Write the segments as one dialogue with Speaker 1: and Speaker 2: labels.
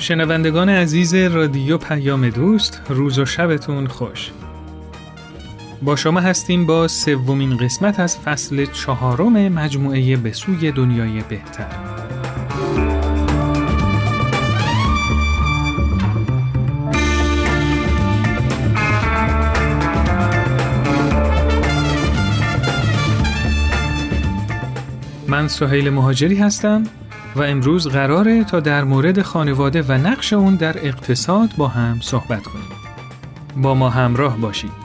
Speaker 1: شنوندگان عزیز رادیو پیام دوست، روز و شبتون خوش. با شما هستیم با سومین قسمت از فصل 4 مجموعه به سوی دنیای بهتر. من سهیل مهاجری هستم و امروز قراره تا در مورد خانواده و نقش اون در اقتصاد با هم صحبت کنیم. با ما همراه باشید.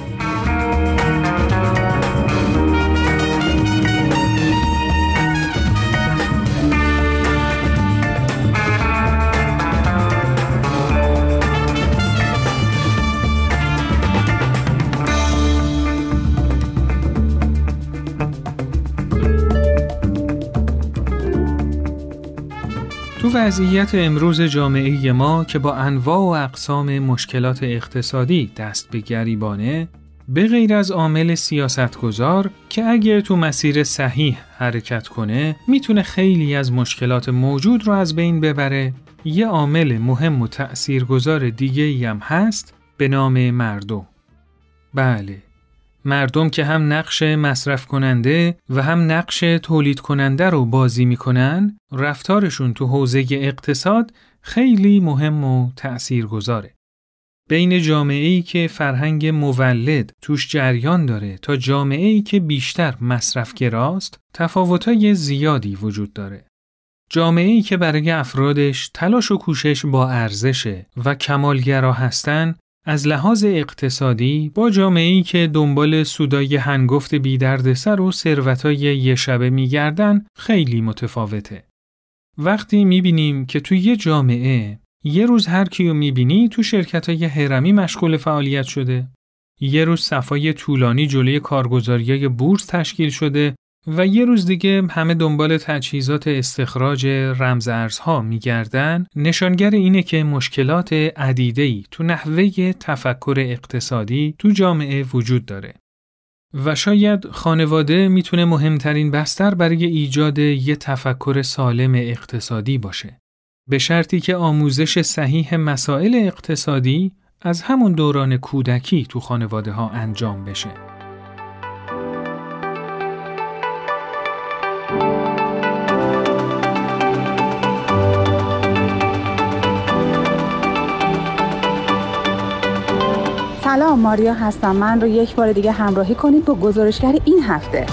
Speaker 1: تو وضعیت امروز جامعه ما که با انواع و اقسام مشکلات اقتصادی دست به گریبانه، به غیر از عامل سیاستگزار که اگر تو مسیر صحیح حرکت کنه میتونه خیلی از مشکلات موجود رو از بین ببره، یه عامل مهم و تأثیرگذار دیگه‌ای هم هست به نام مردم. بله، مردم که هم نقش مصرف کننده و هم نقش تولید کننده رو بازی میکنن، رفتارشون تو حوزه اقتصاد خیلی مهم و تأثیرگذاره. بین جامعه‌ای که فرهنگ مولد توش جریان داره تا جامعه‌ای که بیشتر مصرفگراست، تفاوت‌های زیادی وجود داره. جامعه‌ای که برای افرادش تلاش و کوشش با ارزشه و کمالگرا هستن، از لحاظ اقتصادی با جامعه‌ای که دنبال سودای هنگفت بی‌دردسر و ثروتای یه شبه می‌گردن خیلی متفاوته. وقتی می‌بینیم که توی یه جامعه یه روز هر کیو می‌بینی تو شرکت‌های هرمی مشغول فعالیت شده، یه روز صفای طولانی جلوی کارگزاریای بورس تشکیل شده و یه روز دیگه همه دنبال تجهیزات استخراج رمز ارزها میگردن، نشانگر اینه که مشکلات عدیده‌ای تو نحوه تفکر اقتصادی تو جامعه وجود داره. و شاید خانواده میتونه مهمترین بستر برای ایجاد یه تفکر سالم اقتصادی باشه. به شرطی که آموزش صحیح مسائل اقتصادی از همون دوران کودکی تو خانواده ها انجام بشه.
Speaker 2: سلام، ماریا هستم. من رو یک بار دیگه همراهی کنید با گزارشگر این هفته.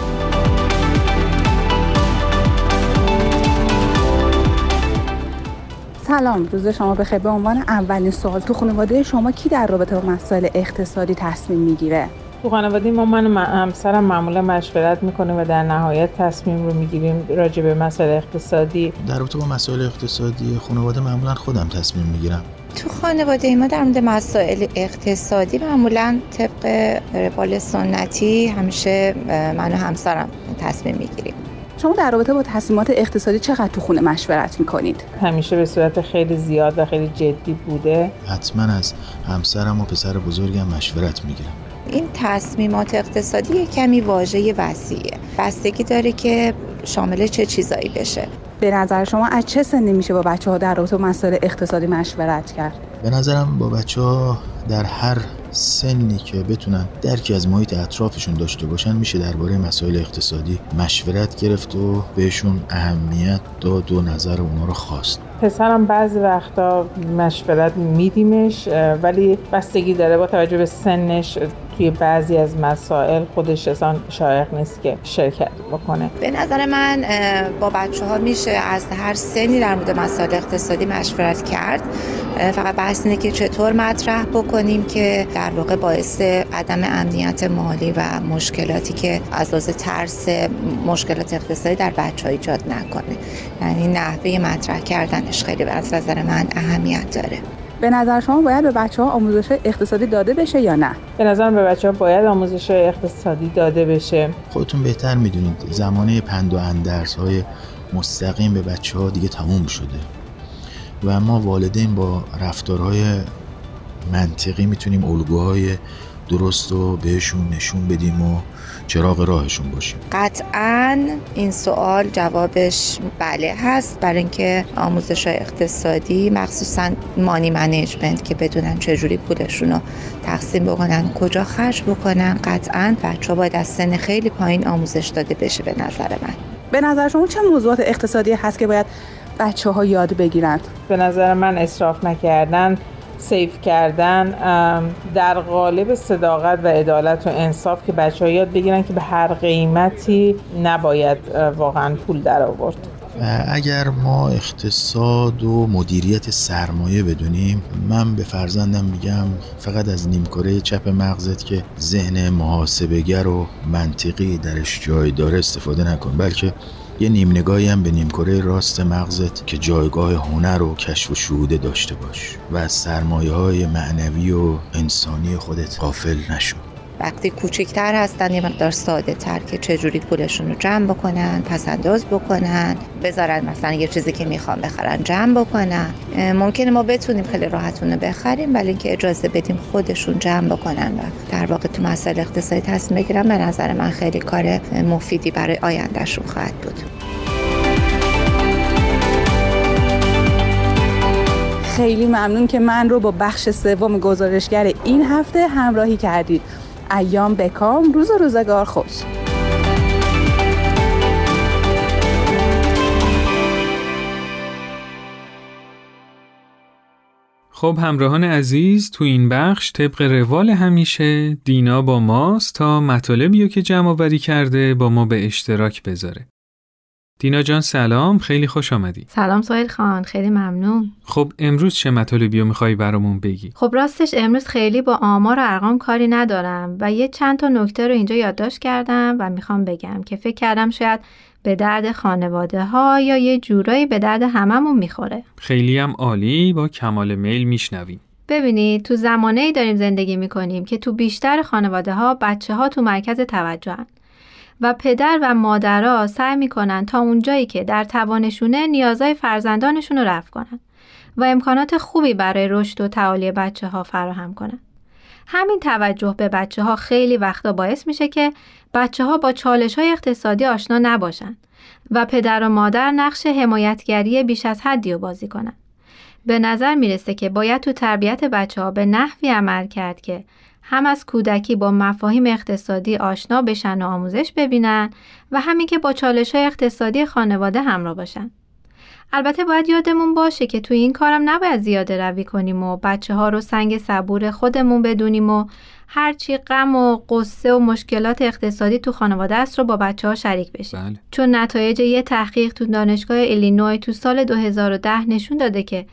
Speaker 2: سلام، روز شما بخیر. به عنوان اولین سوال، تو خانواده شما کی در رابطه با مسائل اقتصادی تصمیم میگیره؟
Speaker 3: تو خانواده ما من و همسرم معمولا مشورت میکنیم و در نهایت تصمیم رو میگیریم راجع به مسائل اقتصادی.
Speaker 4: در رابطه با مسائل اقتصادی خانواده معمولا خودم تصمیم میگیرم.
Speaker 5: تو خانواده ما در مورد مسائل اقتصادی معمولا طبق روال سنتی همیشه من و همسرم تصمیم میگیریم.
Speaker 2: شما در رابطه با تصمیمات اقتصادی چقدر تو خونه مشورت میکنید؟
Speaker 3: همیشه به صورت خیلی زیاد و خیلی جدی بوده.
Speaker 4: حتما از همسرم و پسر بزرگم مشورت میگیرم.
Speaker 5: این تصمیمات اقتصادی کمی واژه وسیعه. بستگی داره که شامل چه چیزایی بشه.
Speaker 2: به نظر شما از چه سنی میشه با بچه‌ها در رابطه با مسائل اقتصادی مشورت کرد؟
Speaker 4: به نظرم با بچه‌ها در هر سنی که بتونن درکی از محیط اطرافشون داشته باشن میشه درباره مسائل اقتصادی مشورت گرفت و بهشون اهمیت داد و نظر اونا رو خواست.
Speaker 3: پسرم بعضی وقتا مشورت میدیمش، ولی بستگی داره با توجه به سنش توی بعضی از مسائل خودش اصلا شایق نیست که شرکت بکنه.
Speaker 5: به نظر من با بچه‌ها میشه از هر سنی در مورد مسائل اقتصادی مشورت کرد. فقط بحث اینه که چطور مطرح بکنیم که در واقع باعث عدم امنیت مالی و مشکلاتی که از لحاظ ترس مشکلات اقتصادی در بچه‌ها ایجاد نکنه. یعنی نحوه مطرح کردنش خیلی به نظر من اهمیت داره.
Speaker 2: به نظر شما باید به بچه‌ها آموزش اقتصادی داده بشه یا نه؟
Speaker 3: به نظرم به بچه‌ها باید آموزش اقتصادی داده بشه.
Speaker 4: خودتون بهتر میدونید زمانه پند و اندرس‌های مستقیم به بچه‌ها دیگه تموم شده و ما والدین با رفتارهای منطقی میتونیم الگوهای درست رو بهشون نشون بدیم و چراغ راهشون باشیم؟
Speaker 5: قطعاً این سوال جوابش بله هست، برای اینکه آموزش اقتصادی مخصوصاً مانی منیجمنت که بدونن چجوری پولشون رو تقسیم بکنن، کجا خرج بکنن، قطعاً بچه‌ها باید از سن خیلی پایین آموزش داده بشه. به نظر من،
Speaker 2: به نظر شما چه موضوعات اقتصادی هست که باید بچه‌ها یاد بگیرن؟
Speaker 3: به نظر من اسراف نکردن، سیف کردن، در قالب صداقت و عدالت و انصاف که بچه‌ها یاد بگیرن که به هر قیمتی نباید واقعا پول در آورد.
Speaker 4: اگر ما اقتصاد و مدیریت سرمایه بدونیم، من به فرزندم میگم فقط از نیمکره چپ مغزت که ذهن محاسبه‌گر و منطقی درش جای داره استفاده نکن، بلکه یه نیم نگاهی هم به نیمکره راست مغزت که جایگاه هنر و کشف و شهوده داشته باش و از سرمایه‌های معنوی و انسانی خودت غافل نشو.
Speaker 5: وقتی کوچکتر هستن یه مقدار ساده تر که چجوری پولشون رو جمع بکنن، پسنداز بکنن، بذارن مثلا یه چیزی که میخوان بخرن جمع بکنن. ممکنه ما بتونیم خیلی راحت اونو بخریم، ولی اینکه اجازه بدیم خودشون جمع بکنن و در واقع تو مسائل اقتصادی تصمیم بگیرن، به نظر من خیلی کار مفیدی برای آیندهشون خواهد بود.
Speaker 2: خیلی ممنون که من رو با بخش سوم گزارشگر این هفته همراهی کردید. ایام بکام، روز و روزگار خوش.
Speaker 1: خب همراهان عزیز، تو این بخش طبق روال همیشه دینا با ماست تا مطالبی که جمع آوری کرده با ما به اشتراک بذاره. دینا جان سلام، خیلی خوش آمدی.
Speaker 6: سلام سهیل خان، خیلی ممنون.
Speaker 1: خب امروز چه مطالبی رو میخوای برامون بگی؟
Speaker 6: خب راستش امروز خیلی با آمار و ارقام کاری ندارم و یه چند تا نکته رو اینجا یادداشت کردم و میخوام بگم که فکر کردم شاید به درد خانواده ها یا یه جورایی به درد هممون میخوره.
Speaker 1: خیلی هم عالی، با کمال میل میشنویم.
Speaker 6: ببینید تو زمانه‌ای داریم زندگی میکنیم که تو بیشتر خانواده ها بچه ها تو مرکز توجهن و پدر و مادرها سعی میکنن تا اونجایی که در توانشونه نیازهای فرزندانشون رو رفع کنن و امکانات خوبی برای رشد و تعالی بچه ها فراهم کنن. همین توجه به بچه ها خیلی وقتا باعث میشه که بچه ها با چالش های اقتصادی آشنا نباشن و پدر و مادر نقش حمایتگری بیش از حدی رو بازی کنن. به نظر میرسه که باید تو تربیت بچه ها به نحوی عمل کرد که هم از کودکی با مفاهیم اقتصادی آشنا بشن و آموزش ببینن و همین که با چالش‌های اقتصادی خانواده همراه باشن. البته باید یادمون باشه که توی این کارم نباید زیاده روی کنیم و بچه‌ها رو سنگ صبور خودمون بدونیم و هرچی غم و قصه و مشکلات اقتصادی تو خانواده است رو با بچه‌ها شریک بشیم.
Speaker 1: بله.
Speaker 6: چون نتایج یه تحقیق تو دانشگاه ایلینوی تو سال 2010 نشون داده که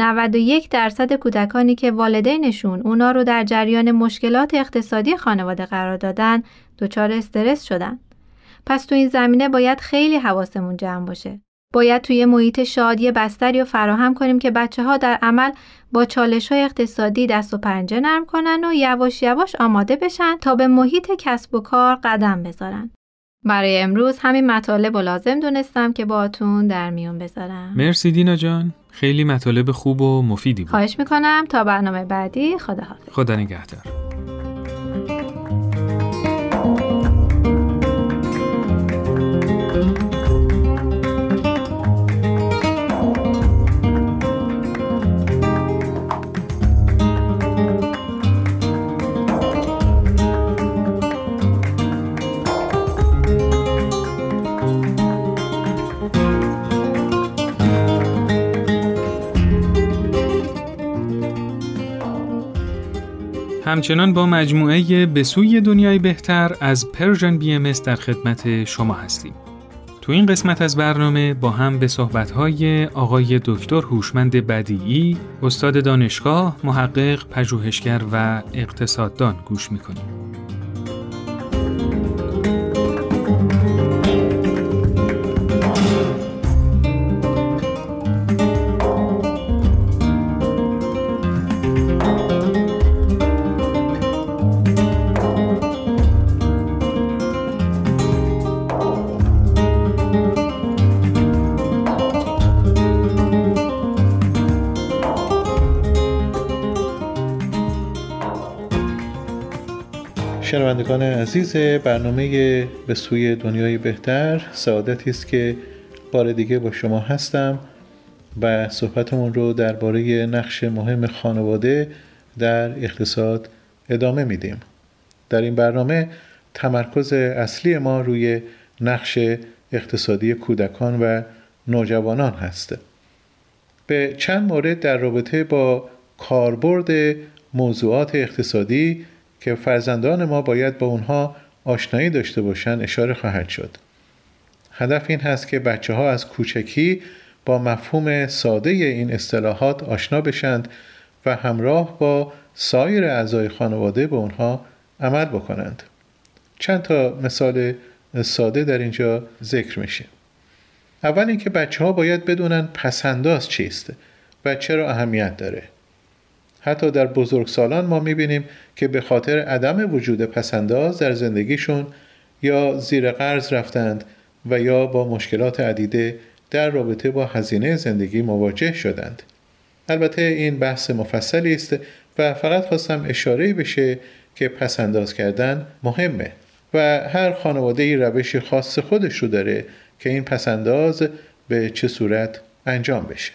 Speaker 6: 91% کودکانی که والدینشون اونا رو در جریان مشکلات اقتصادی خانواده قرار دادن دچار استرس شدن. پس تو این زمینه باید خیلی حواسمون جمع باشه. باید توی محیط شادی بستری رو فراهم کنیم که بچه‌ها در عمل با چالش‌های اقتصادی دست و پنجه نرم کنن و یواش یواش آماده بشن تا به محیط کسب و کار قدم بذارن. برای امروز همین مطالب رو لازم دونستم که باهاتون در میون بذارم.
Speaker 1: مرسی دینا جان، خیلی مطالب خوب و مفیدی بود.
Speaker 6: خواهش میکنم. تا برنامه بعدی، خداحافظ.
Speaker 1: خدا نگهدار. همچنان با مجموعه به سوی دنیای بهتر از پرژن BMS در خدمت شما هستیم. تو این قسمت از برنامه با هم به صحبت‌های آقای دکتر هوشمند بدیعی، استاد دانشگاه، محقق، پژوهشگر و اقتصاددان گوش می‌کنیم.
Speaker 7: شنوندگان عزیز برنامه به سوی دنیای بهتر، سعادتی است که بار دیگه با شما هستم و صحبتمون رو درباره نقش مهم خانواده در اقتصاد ادامه میدیم. در این برنامه تمرکز اصلی ما روی نقش اقتصادی کودکان و نوجوانان هست. به چند مورد در رابطه با کاربرد موضوعات اقتصادی که فرزندان ما باید با اونها آشنایی داشته باشند اشاره خواهد شد. هدف این هست که بچه‌ها از کوچکی با مفهوم ساده این اصطلاحات آشنا بشند و همراه با سایر اعضای خانواده به اونها عمل بکنند. چند تا مثال ساده در اینجا ذکر میشه. اول اینکه بچه‌ها باید بدونن پس‌انداز چیست و چرا اهمیت داره. حتی در بزرگسالان ما میبینیم که به خاطر عدم وجود پس‌انداز در زندگیشون یا زیر قرض رفتند و یا با مشکلات عدیده در رابطه با هزینه زندگی مواجه شدند. البته این بحث مفصلی است و فقط خواستم اشاره بشه که پس‌انداز کردن مهمه و هر خانواده‌ای روش خاص خودش رو داره که این پس‌انداز به چه صورت انجام بشه.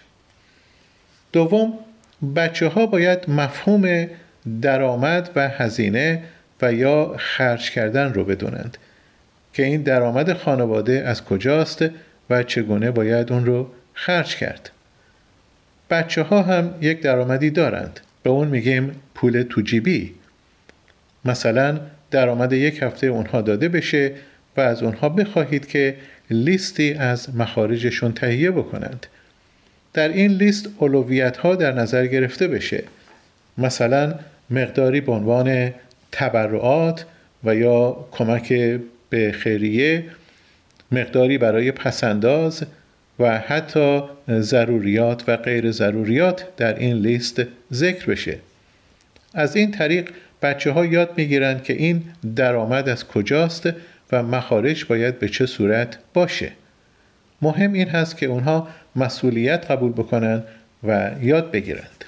Speaker 7: دوم، بچه‌ها باید مفهوم درآمد و هزینه و یا خرج کردن رو بدونند که این درآمد خانواده از کجاست و چگونه باید اون رو خرج کرد. بچه‌ها هم یک درآمدی دارند. به اون میگیم پول تو جیبی. مثلا درآمد یک هفته اونها داده بشه و از اونها بخواهید که لیستی از مخارجشون تهیه بکنند. در این لیست اولویت‌ها در نظر گرفته بشه. مثلا مقداری به عنوان تبرعات و یا کمک به خیریه، مقداری برای پس‌انداز و حتی ضروریات و غیر ضروریات در این لیست ذکر بشه. از این طریق بچه‌ها یاد می‌گیرند که این درآمد از کجاست و مخارج باید به چه صورت باشه. مهم این هست که اونها مسئولیت قبول بکنن و یاد بگیرند.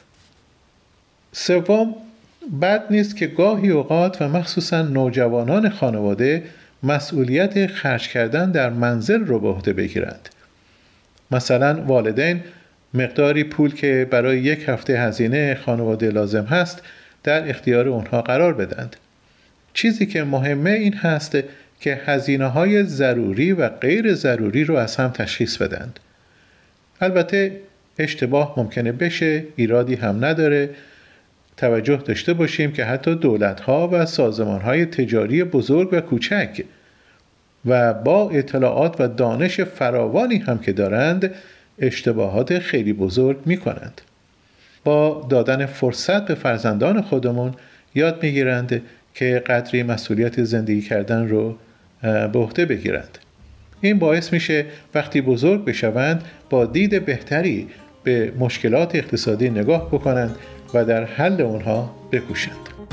Speaker 7: سوم، بد نیست که گاهی اوقات و مخصوصا نوجوانان خانواده مسئولیت خرج کردن در منزل رو به عهده بگیرند. مثلا والدین مقداری پول که برای یک هفته هزینه خانواده لازم هست در اختیار اونها قرار بدند. چیزی که مهمه این هست که هزینه‌های ضروری و غیر ضروری رو از هم تشخیص بدند. البته اشتباه ممکنه بشه، ایرادی هم نداره. توجه داشته باشیم که حتی دولت‌ها و سازمان‌های تجاری بزرگ و کوچک و با اطلاعات و دانش فراوانی هم که دارند اشتباهات خیلی بزرگ می‌کنند. با دادن فرصت به فرزندان خودمون یاد می‌گیرند که قدری مسئولیت زندگی کردن رو به عهده بگیرند. این باعث میشه وقتی بزرگ بشوند با دید بهتری به مشکلات اقتصادی نگاه بکنند و در حل اونها بکوشند.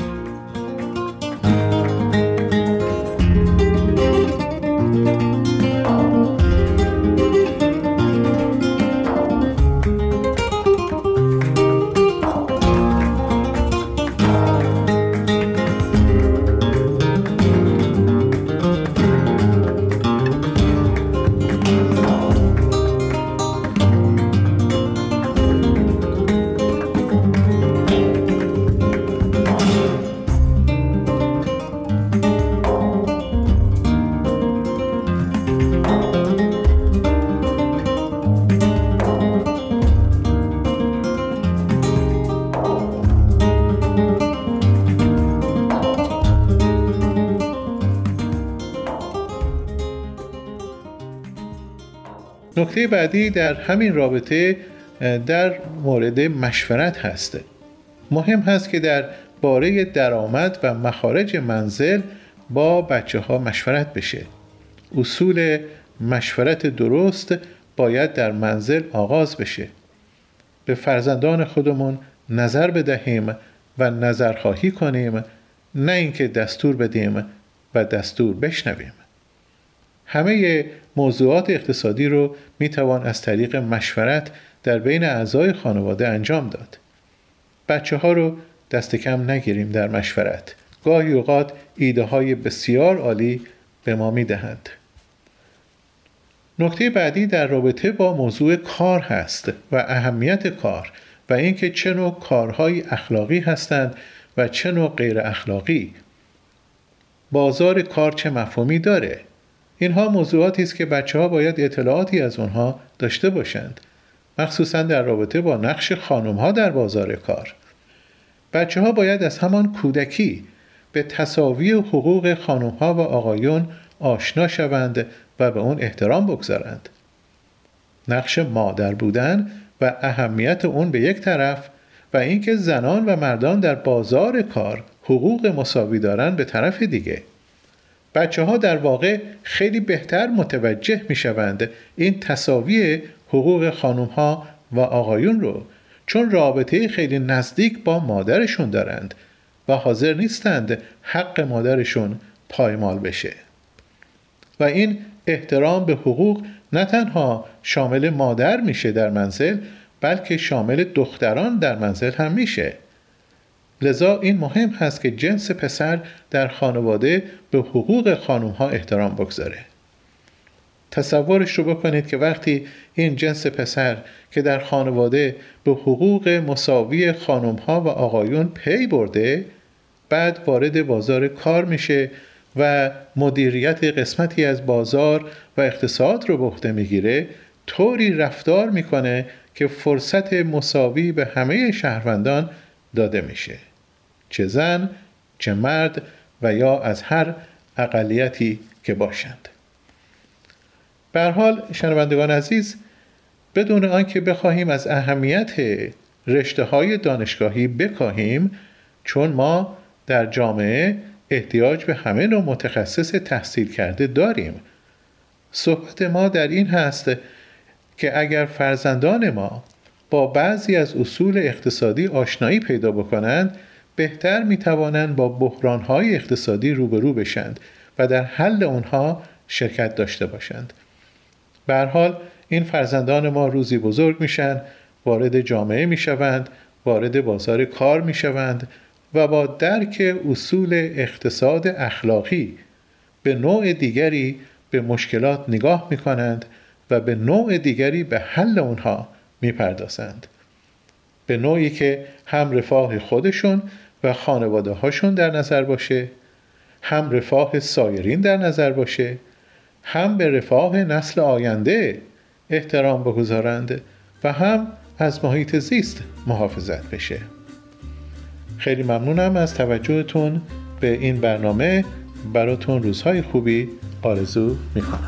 Speaker 7: نکته بعدی در همین رابطه در مورد مشورت هست. مهم هست که در باره درآمد و مخارج منزل با بچه‌ها مشورت بشه. اصول مشورت درست باید در منزل آغاز بشه. به فرزندان خودمون نظر بدهیم و نظرخواهی کنیم، نه اینکه دستور بدیم و دستور بشنویم. همه موضوعات اقتصادی رو میتوان از طریق مشورت در بین اعضای خانواده انجام داد. بچه ها رو دست کم نگیریم در مشورت. گاهی اوقات ایده های بسیار عالی به ما می دهند. نکته بعدی در رابطه با موضوع کار هست و اهمیت کار و اینکه چه نوع کارهای اخلاقی هستند و چه نوع غیر اخلاقی. بازار کار چه مفهومی داره؟ اینها موضوعاتی است که بچه‌ها باید اطلاعاتی از اونها داشته باشند، مخصوصا در رابطه با نقش خانم‌ها در بازار کار. بچه‌ها باید از همان کودکی به تساوی حقوق خانم‌ها و آقایون آشنا شوند و به اون احترام بگذارند. نقش مادر بودن و اهمیت اون به یک طرف و اینکه زنان و مردان در بازار کار حقوق مساوی دارن به طرف دیگه. بچه‌ها در واقع خیلی بهتر متوجه می‌شوند این تساوی حقوق خانم‌ها و آقایون رو، چون رابطه خیلی نزدیک با مادرشون دارند و حاضر نیستند حق مادرشون پایمال بشه. و این احترام به حقوق نه تنها شامل مادر میشه در منزل، بلکه شامل دختران در منزل هم میشه. لذا این مهم هست که جنس پسر در خانواده به حقوق خانم‌ها احترام بگذاره. تصورش رو بکنید که وقتی این جنس پسر که در خانواده به حقوق مساوی خانم‌ها و آقایون پی برده، بعد وارد بازار کار میشه و مدیریت قسمتی از بازار و اقتصاد رو به عهده میگیره، طوری رفتار میکنه که فرصت مساوی به همه شهروندان داده میشه، چه زن، چه مرد و یا از هر اقلیتی که باشند. به هر حال شنوندگان عزیز، بدون آنکه بخواهیم از اهمیت رشته‌های دانشگاهی بکاهیم، چون ما در جامعه احتیاج به همه نوع متخصص تحصیل کرده داریم. صحبت ما در این هست که اگر فرزندان ما با بعضی از اصول اقتصادی آشنایی پیدا بکنند، بهتر میتوانند با بحران‌های اقتصادی روبرو بشند و در حل اونها شرکت داشته باشند. به هر حال این فرزندان ما روزی بزرگ میشن، وارد جامعه میشوند، وارد بازار کار میشوند و با درک اصول اقتصاد اخلاقی به نوع دیگری به مشکلات نگاه میکنند و به نوع دیگری به حل اونها میپردازند. به نوعی که هم رفاه خودشون و خانواده هاشون در نظر باشه، هم رفاه سایرین در نظر باشه، هم به رفاه نسل آینده احترام بگذارند و هم از محیط زیست محافظت بشه. خیلی ممنونم از توجهتون به این برنامه. براتون روزهای خوبی آرزو میکنم.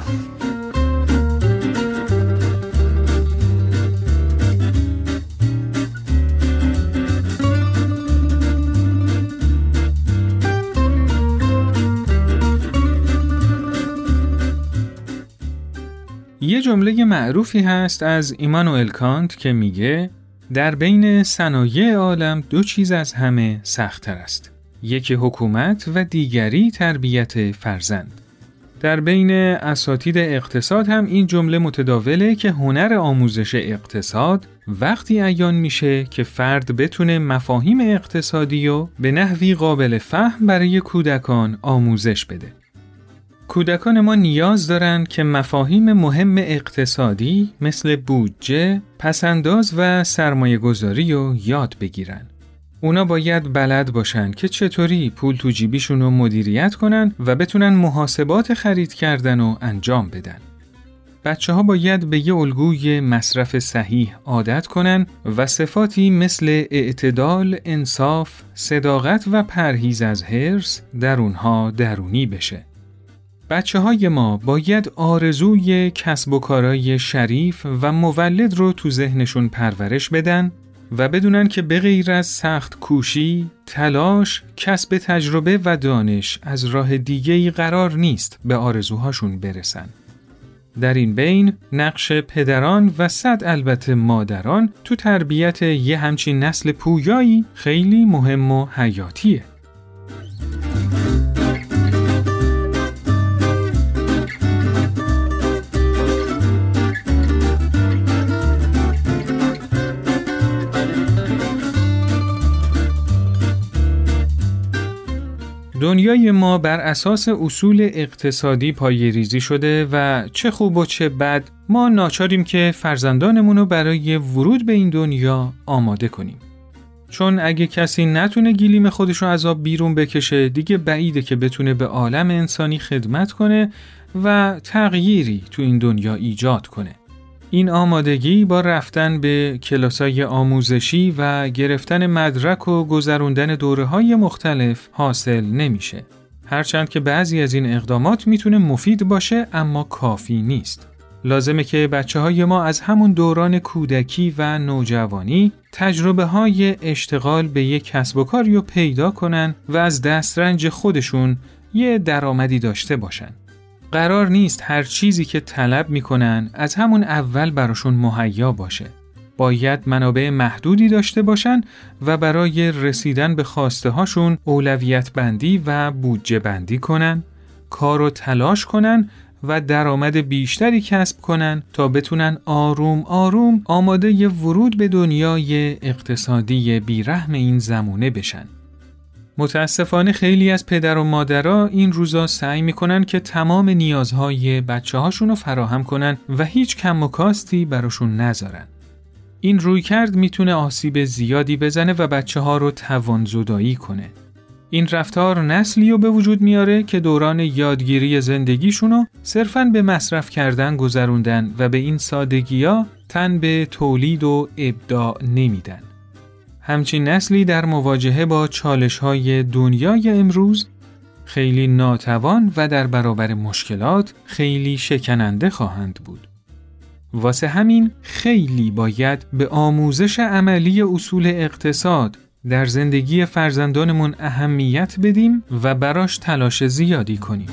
Speaker 1: یه جمله معروفی هست از ایمانوئل کانت که میگه در بین صنایع عالم دو چیز از همه سخت‌تر است. یکی حکومت و دیگری تربیت فرزند. در بین اساتید اقتصاد هم این جمله متداوله که هنر آموزش اقتصاد وقتی عیان میشه که فرد بتونه مفاهیم اقتصادی رو به نحوی قابل فهم برای کودکان آموزش بده. کودکان ما نیاز دارن که مفاهیم مهم اقتصادی مثل بودجه، پسنداز و سرمایه گذاری رو یاد بگیرن. اونا باید بلد باشن که چطوری پول تو جیبیشون رو مدیریت کنن و بتونن محاسبات خرید کردن رو انجام بدن. بچه‌ها باید به یه الگوی مصرف صحیح عادت کنن و صفاتی مثل اعتدال، انصاف، صداقت و پرهیز از حرص در اونها درونی بشه. بچه‌های ما باید آرزوی کسب و کارای شریف و مولد رو تو ذهنشون پرورش بدن و بدونن که به غیر از سخت کوشی، تلاش، کسب تجربه و دانش از راه دیگه‌ای قرار نیست به آرزوهاشون برسن. در این بین نقش پدران و البته مادران تو تربیت یه همچین نسل پویایی خیلی مهم و حیاتیه. دنیای ما بر اساس اصول اقتصادی پایه‌ریزی شده و چه خوب و چه بد ما ناچاریم که فرزندانمون رو برای ورود به این دنیا آماده کنیم. چون اگه کسی نتونه گلیم خودش رو از آب بیرون بکشه، دیگه بعیده که بتونه به عالم انسانی خدمت کنه و تغییری تو این دنیا ایجاد کنه. این آمادگی با رفتن به کلاسای آموزشی و گرفتن مدرک و گذروندن دوره‌های مختلف حاصل نمیشه. هرچند که بعضی از این اقدامات میتونه مفید باشه اما کافی نیست. لازمه که بچه‌های ما از همون دوران کودکی و نوجوانی تجربه‌های اشتغال به یک کسب و کاری رو پیدا کنن و از دسترنج خودشون یه درآمدی داشته باشن. قرار نیست هر چیزی که طلب میکنن از همون اول براشون مهیا باشه. باید منابع محدودی داشته باشن و برای رسیدن به خواسته هاشون اولویت بندی و بودجه بندی کنن، کار و تلاش کنن و درآمد بیشتری کسب کنن تا بتونن آروم آروم آماده ی ورود به دنیای اقتصادی بیرحم این زمونه بشن. متاسفانه خیلی از پدر و مادرها این روزا سعی میکنن که تمام نیازهای بچه‌هاشون رو فراهم کنن و هیچ کم و کاستی براشون نذارن. این رویکرد میتونه آسیب زیادی بزنه و بچه‌ها رو توان‌زدایی کنه. این رفتار نسلی رو به وجود میاره که دوران یادگیری زندگیشون رو صرفاً به مصرف کردن گذروندن و به این سادگی‌ها تن به تولید و ابداع نمیدن. همچین نسلی در مواجهه با چالش‌های دنیای امروز خیلی ناتوان و در برابر مشکلات خیلی شکننده خواهند بود. واسه همین خیلی باید به آموزش عملی اصول اقتصاد در زندگی فرزندانمون اهمیت بدیم و براش تلاش زیادی کنیم.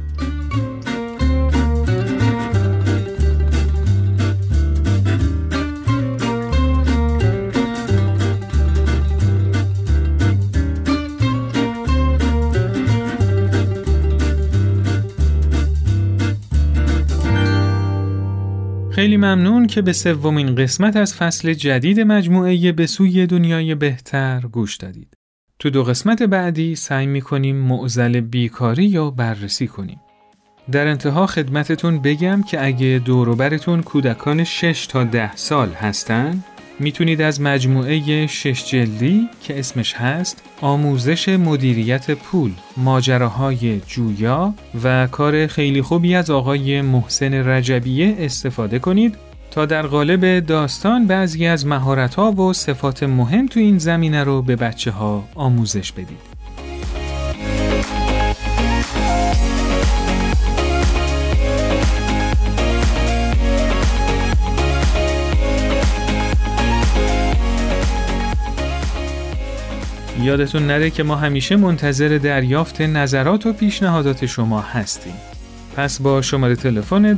Speaker 1: خیلی ممنون که به سومین قسمت از فصل جدید مجموعه به سوی دنیای بهتر گوش دادید. تو 2 قسمت بعدی سعی می‌کنیم معضل بیکاری رو بررسی کنیم. در انتها خدمتتون بگم که اگه دور و برتون کودکان 6 تا 10 سال هستن، میتونید از مجموعه 6 جلدی که اسمش هست آموزش مدیریت پول، ماجراهای جویا و کار خیلی خوبی از آقای محسن رجبیه استفاده کنید تا در قالب داستان بعضی از مهارت‌ها و صفات مهم تو این زمینه رو به بچه‌ها آموزش بدید. یادتون نره که ما همیشه منتظر دریافت نظرات و پیشنهادات شما هستیم. پس با شماره تلفن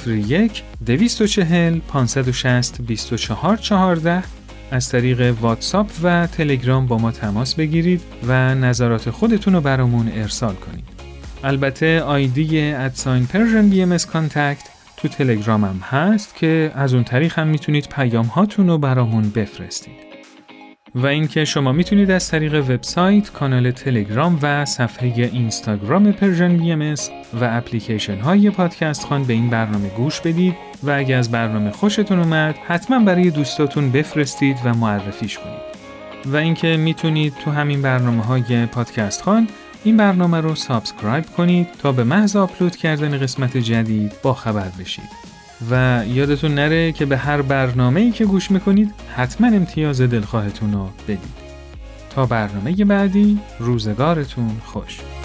Speaker 1: 201-240-560-2414 از طریق واتساپ و تلگرام با ما تماس بگیرید و نظرات خودتون رو برامون ارسال کنید. البته آیدی @PersianBMS Contact تو تلگرام هم هست که از اون طریق هم میتونید پیام هاتون رو برامون بفرستید. و اینکه شما میتونید از طریق وبسایت، کانال تلگرام و صفحه اینستاگرام پرژن BMS و اپلیکیشن های پادکست خان به این برنامه گوش بدید و اگه از برنامه خوشتون اومد حتما برای دوستاتون بفرستید و معرفیش کنید. و اینکه میتونید تو همین برنامه‌های پادکست خان این برنامه رو سابسکرایب کنید تا به محض آپلود کردن قسمت جدید با خبر بشید. و یادتون نره که به هر برنامه‌ای که گوش میکنید حتما امتیاز دلخواهتون رو بدید. تا برنامه بعدی، روزگارتون خوش.